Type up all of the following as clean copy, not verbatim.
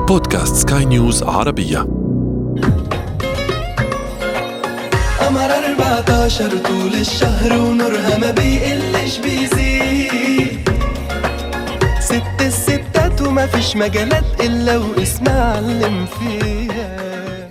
بودكاست سكاي نيوز عربية. قمر 14 طول الشهر ونورها ما بيقلش بيزيد، ست الستات وما فيش مجالات إلا واسمها علم فيها.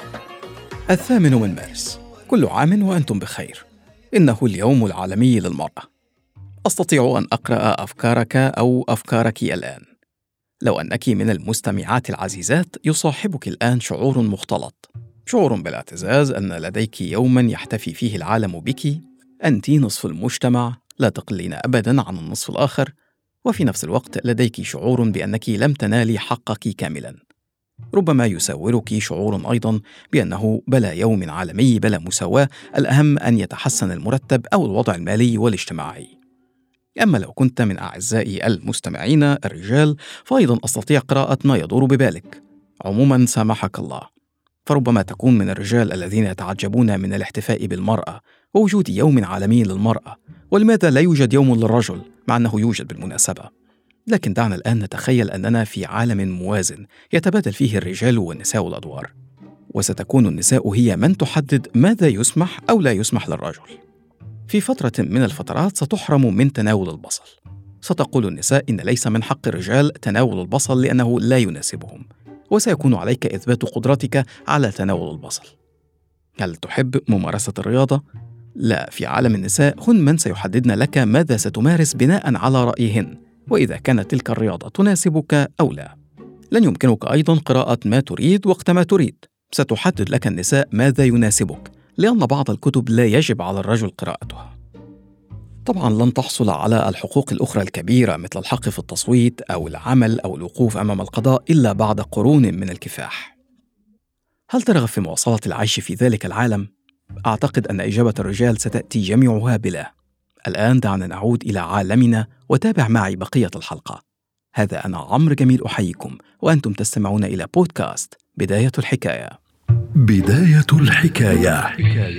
8 من مارس، كل عام وأنتم بخير. إنه اليوم العالمي للمرأة. أستطيع أن أقرأ أفكارك أو أفكارك الآن. لو أنك من المستمعات العزيزات يصاحبك الآن شعور مختلط، شعور بالاعتزاز أن لديك يوماً يحتفي فيه العالم بك، أنت نصف المجتمع، لا تقلين أبداً عن النصف الآخر، وفي نفس الوقت لديك شعور بأنك لم تنالي حقك كاملاً. ربما يساورك شعور أيضاً بأنه بلا يوم عالمي بلا مساواة، الأهم أن يتحسن المرتب أو الوضع المالي والاجتماعي. أما لو كنت من أعزائي المستمعين الرجال، فأيضاً أستطيع قراءة ما يدور ببالك. عموماً سامحك الله، فربما تكون من الرجال الذين يتعجبون من الاحتفاء بالمرأة ووجود يوم عالمي للمرأة، ولماذا لا يوجد يوم للرجل مع أنه يوجد بالمناسبة. لكن دعنا الآن نتخيل أننا في عالم موازن يتبادل فيه الرجال والنساء الأدوار، وستكون النساء هي من تحدد ماذا يسمح أو لا يسمح للرجل. في فترة من الفترات ستحرم من تناول البصل. ستقول النساء إن ليس من حق الرجال تناول البصل لأنه لا يناسبهم، وسيكون عليك إثبات قدرتك على تناول البصل. هل تحب ممارسة الرياضة؟ لا، في عالم النساء هن من سيحددن لك ماذا ستمارس بناء على رأيهن، وإذا كانت تلك الرياضة تناسبك أو لا. لن يمكنك أيضاً قراءة ما تريد وقت ما تريد. ستحدد لك النساء ماذا يناسبك، لأن بعض الكتب لا يجب على الرجل قراءتها. طبعاً لن تحصل على الحقوق الأخرى الكبيرة مثل الحق في التصويت أو العمل أو الوقوف أمام القضاء إلا بعد قرون من الكفاح. هل ترغب في مواصلة العيش في ذلك العالم؟ أعتقد أن إجابة الرجال ستأتي جميعها بلا. الآن دعنا نعود إلى عالمنا وتابع معي بقية الحلقة. هذا أنا عمرو جميل أحييكم، وأنتم تستمعون إلى بودكاست بداية الحكاية. بداية الحكاية.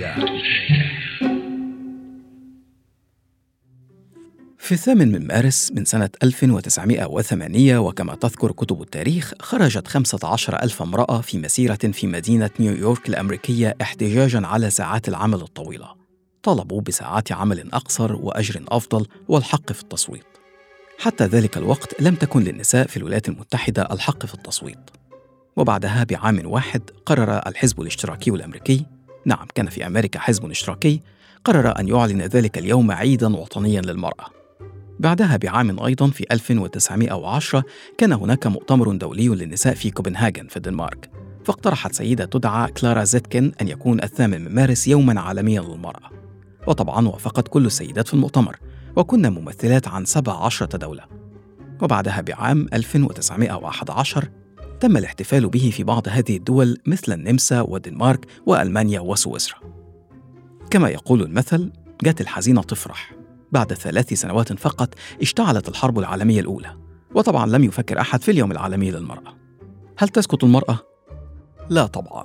في 8 من مارس من سنة 1908، وكما تذكر كتب التاريخ، خرجت 15,000 امرأة في مسيرة في مدينة نيويورك الأمريكية احتجاجاً على ساعات العمل الطويلة. طالبوا بساعات عمل أقصر وأجر أفضل والحق في التصويت. حتى ذلك الوقت لم تكن للنساء في الولايات المتحدة الحق في التصويت. وبعدها بعام واحد قرر الحزب الاشتراكي الأمريكي، نعم كان في أمريكا حزب اشتراكي، قرر أن يعلن ذلك اليوم عيداً وطنياً للمرأة. بعدها بعام أيضاً في 1910 كان هناك مؤتمر دولي للنساء في كوبنهاجن في الدنمارك، فاقترحت سيدة تدعى كلارا زيتكن أن يكون 8 من مارس يوماً عالمياً للمرأة. وطبعاً وافقت كل السيدات في المؤتمر، وكنا ممثلات عن 17 دولة. وبعدها بعام 1911 تم الاحتفال به في بعض هذه الدول مثل النمسا والدنمارك وألمانيا وسويسرا. كما يقول المثل: جات الحزينة تفرح. بعد 3 سنوات فقط اشتعلت الحرب العالمية الأولى، وطبعاً لم يفكر أحد في اليوم العالمي للمرأة. هل تسكت المرأة؟ لا طبعاً.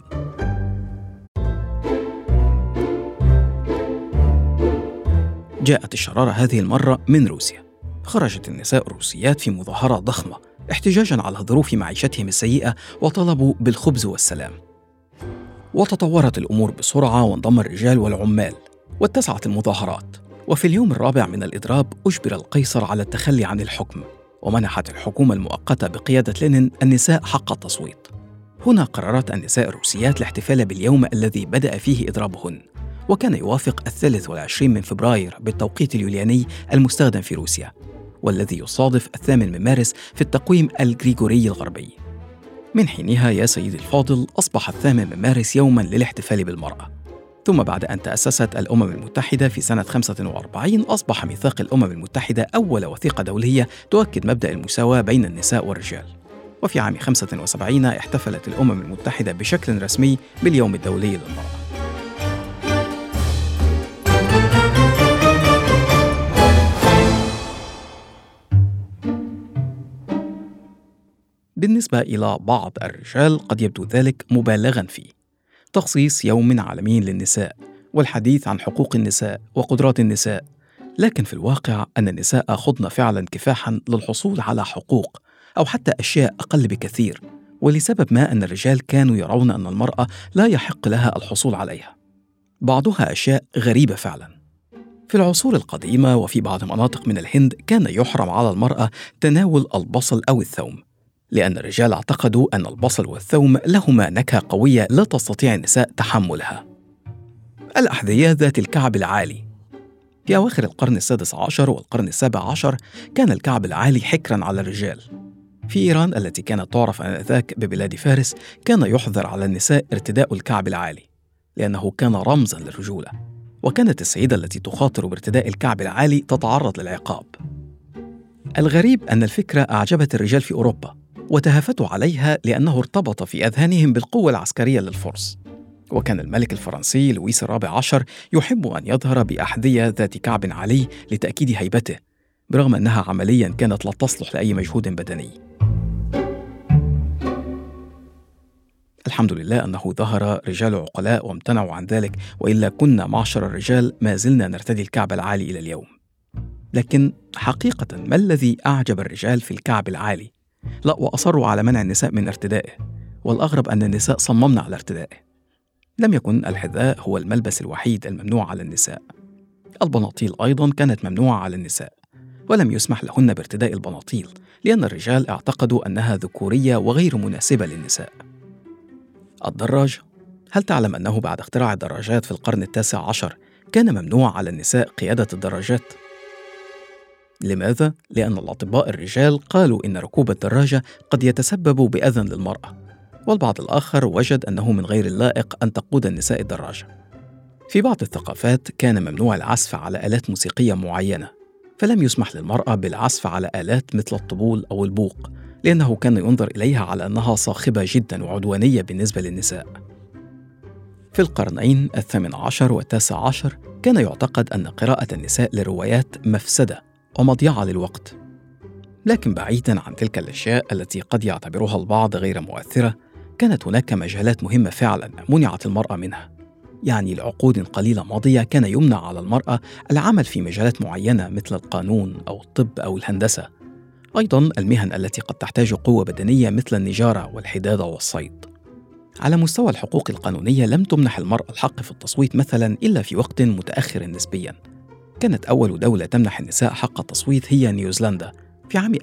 جاءت الشرارة هذه المرة من روسيا. خرجت النساء الروسيات في مظاهرة ضخمة احتجاجاً على ظروف معيشتهم السيئة، وطلبوا بالخبز والسلام. وتطورت الأمور بسرعة، وانضم الرجال والعمال، واتسعت المظاهرات. وفي اليوم الرابع من الإضراب أجبر القيصر على التخلي عن الحكم، ومنحت الحكومة المؤقتة بقيادة لينين النساء حق التصويت. هنا قررت النساء الروسيات الاحتفال باليوم الذي بدأ فيه إضرابهن، وكان يوافق 23 من فبراير بالتوقيت اليولياني المستخدم في روسيا، والذي يصادف 8 من مارس في التقويم الغريغوري الغربي. من حينها يا سيدي الفاضل أصبح 8 من مارس يوماً للاحتفال بالمرأة. ثم بعد أن تأسست الأمم المتحدة في سنة 45 أصبح ميثاق الأمم المتحدة أول وثيقة دولية تؤكد مبدأ المساواة بين النساء والرجال. وفي عام 75 احتفلت الأمم المتحدة بشكل رسمي باليوم الدولي للمرأة. بالنسبة إلى بعض الرجال قد يبدو ذلك مبالغاً فيه، تخصيص يوم عالمي للنساء والحديث عن حقوق النساء وقدرات النساء، لكن في الواقع أن النساء خضن فعلاً كفاحاً للحصول على حقوق أو حتى أشياء أقل بكثير ولسبب ما أن الرجال كانوا يرون أن المرأة لا يحق لها الحصول عليها. بعضها أشياء غريبة فعلا. في العصور القديمة وفي بعض مناطق من الهند كان يحرم على المرأة تناول البصل أو الثوم، لأن الرجال اعتقدوا أن البصل والثوم لهما نكهة قوية لا تستطيع النساء تحملها. الأحذية ذات الكعب العالي. في أواخر القرن السادس عشر والقرن السابع عشر كان الكعب العالي حكراً على الرجال. في إيران التي كانت تعرف آنذاك ببلاد فارس كان يحظر على النساء ارتداء الكعب العالي لأنه كان رمزاً للرجولة، وكانت السيدة التي تخاطر بارتداء الكعب العالي تتعرض للعقاب. الغريب أن الفكرة أعجبت الرجال في أوروبا وتهافتوا عليها لأنه ارتبط في أذهانهم بالقوة العسكرية للفرس، وكان الملك الفرنسي لويس الرابع عشر يحب أن يظهر بأحذية ذات كعب عالي لتأكيد هيبته، برغم أنها عملياً كانت لا تصلح لأي مجهود بدني. الحمد لله أنه ظهر رجال عقلاء وامتنعوا عن ذلك، وإلا كنا معشر الرجال ما زلنا نرتدي الكعب العالي إلى اليوم. لكن حقيقة ما الذي أعجب الرجال في الكعب العالي؟ لا، وأصروا على منع النساء من ارتدائه، والأغرب أن النساء صممن على ارتدائه. لم يكن الحذاء هو الملبس الوحيد الممنوع على النساء. البناطيل أيضا كانت ممنوعة على النساء، ولم يسمح لهن بارتداء البناطيل لأن الرجال اعتقدوا أنها ذكورية وغير مناسبة للنساء. الدراجة. هل تعلم أنه بعد اختراع الدراجات في القرن التاسع عشر كان ممنوع على النساء قيادة الدراجات؟ لماذا؟ لأن الأطباء الرجال قالوا إن ركوب الدراجة قد يتسبب بأذى للمرأة، والبعض الآخر وجد أنه من غير اللائق أن تقود النساء الدراجة. في بعض الثقافات كان ممنوع العزف على آلات موسيقية معينة، فلم يسمح للمرأة بالعزف على آلات مثل الطبول أو البوق، لأنه كان ينظر إليها على أنها صاخبة جدا وعدوانية بالنسبة للنساء. في القرنين الثامن عشر والتاسع عشر كان يعتقد أن قراءة النساء للروايات مفسدة ومضيعة للوقت. لكن بعيدا عن تلك الأشياء التي قد يعتبرها البعض غير مؤثرة، كانت هناك مجالات مهمة فعلا منعت المرأة منها. يعني لعقود قليلة ماضية كان يمنع على المرأة العمل في مجالات معينة مثل القانون أو الطب أو الهندسة، أيضا المهن التي قد تحتاج قوة بدنية مثل النجارة والحدادة والصيد. على مستوى الحقوق القانونية لم تمنح المرأة الحق في التصويت مثلا إلا في وقت متأخر نسبيا. كانت أول دولة تمنح النساء حق التصويت هي نيوزيلندا في عام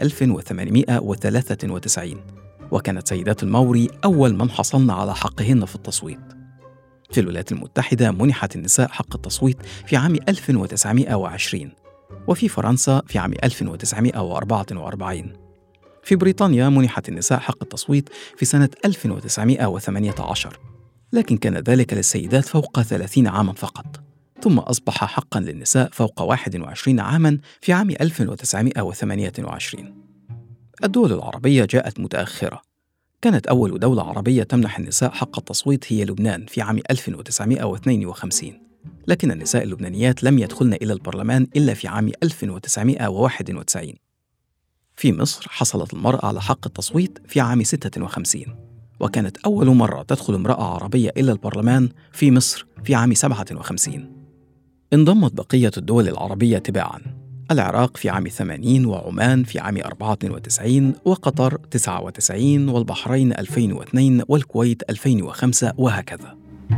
1893، وكانت سيدات الماوري أول من حصلن على حقهن في التصويت. في الولايات المتحدة منحت النساء حق التصويت في عام 1920، وفي فرنسا في عام 1944. في بريطانيا منحت النساء حق التصويت في سنة 1918، لكن كان ذلك للسيدات فوق 30 عاما فقط، ثم أصبح حقا للنساء فوق 21 عاما في عام 1928. الدول العربية جاءت متأخرة. كانت أول دولة عربية تمنح النساء حق التصويت هي لبنان في عام 1952، لكن النساء اللبنانيات لم يدخلن إلى البرلمان إلا في عام 1991. في مصر حصلت المرأة على حق التصويت في عام 56، وكانت أول مرة تدخل امرأة عربية إلى البرلمان في مصر في عام 57. انضمت بقية الدول العربية تباعاً: العراق في عام 80، وعمان في عام 94، وقطر 99، والبحرين 2002، والكويت 2005، وهكذا.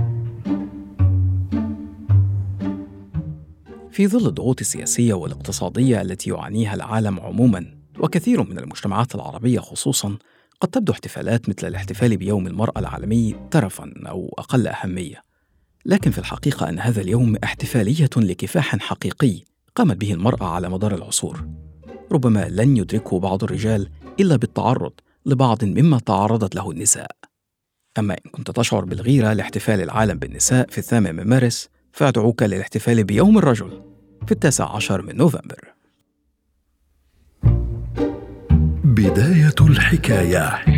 في ظل الضغوط السياسية والاقتصادية التي يعانيها العالم عموماً وكثير من المجتمعات العربية خصوصاً، قد تبدو احتفالات مثل الاحتفال بيوم المرأة العالمي ترفاً أو أقل أهمية، لكن في الحقيقة أن هذا اليوم احتفالية لكفاح حقيقي قامت به المرأة على مدار العصور. ربما لن يدركه بعض الرجال إلا بالتعرض لبعض مما تعرضت له النساء. أما إن كنت تشعر بالغيرة لاحتفال العالم بالنساء في 8 من مارس، فأدعوك للاحتفال بيوم الرجل في 19 من نوفمبر. بداية الحكاية.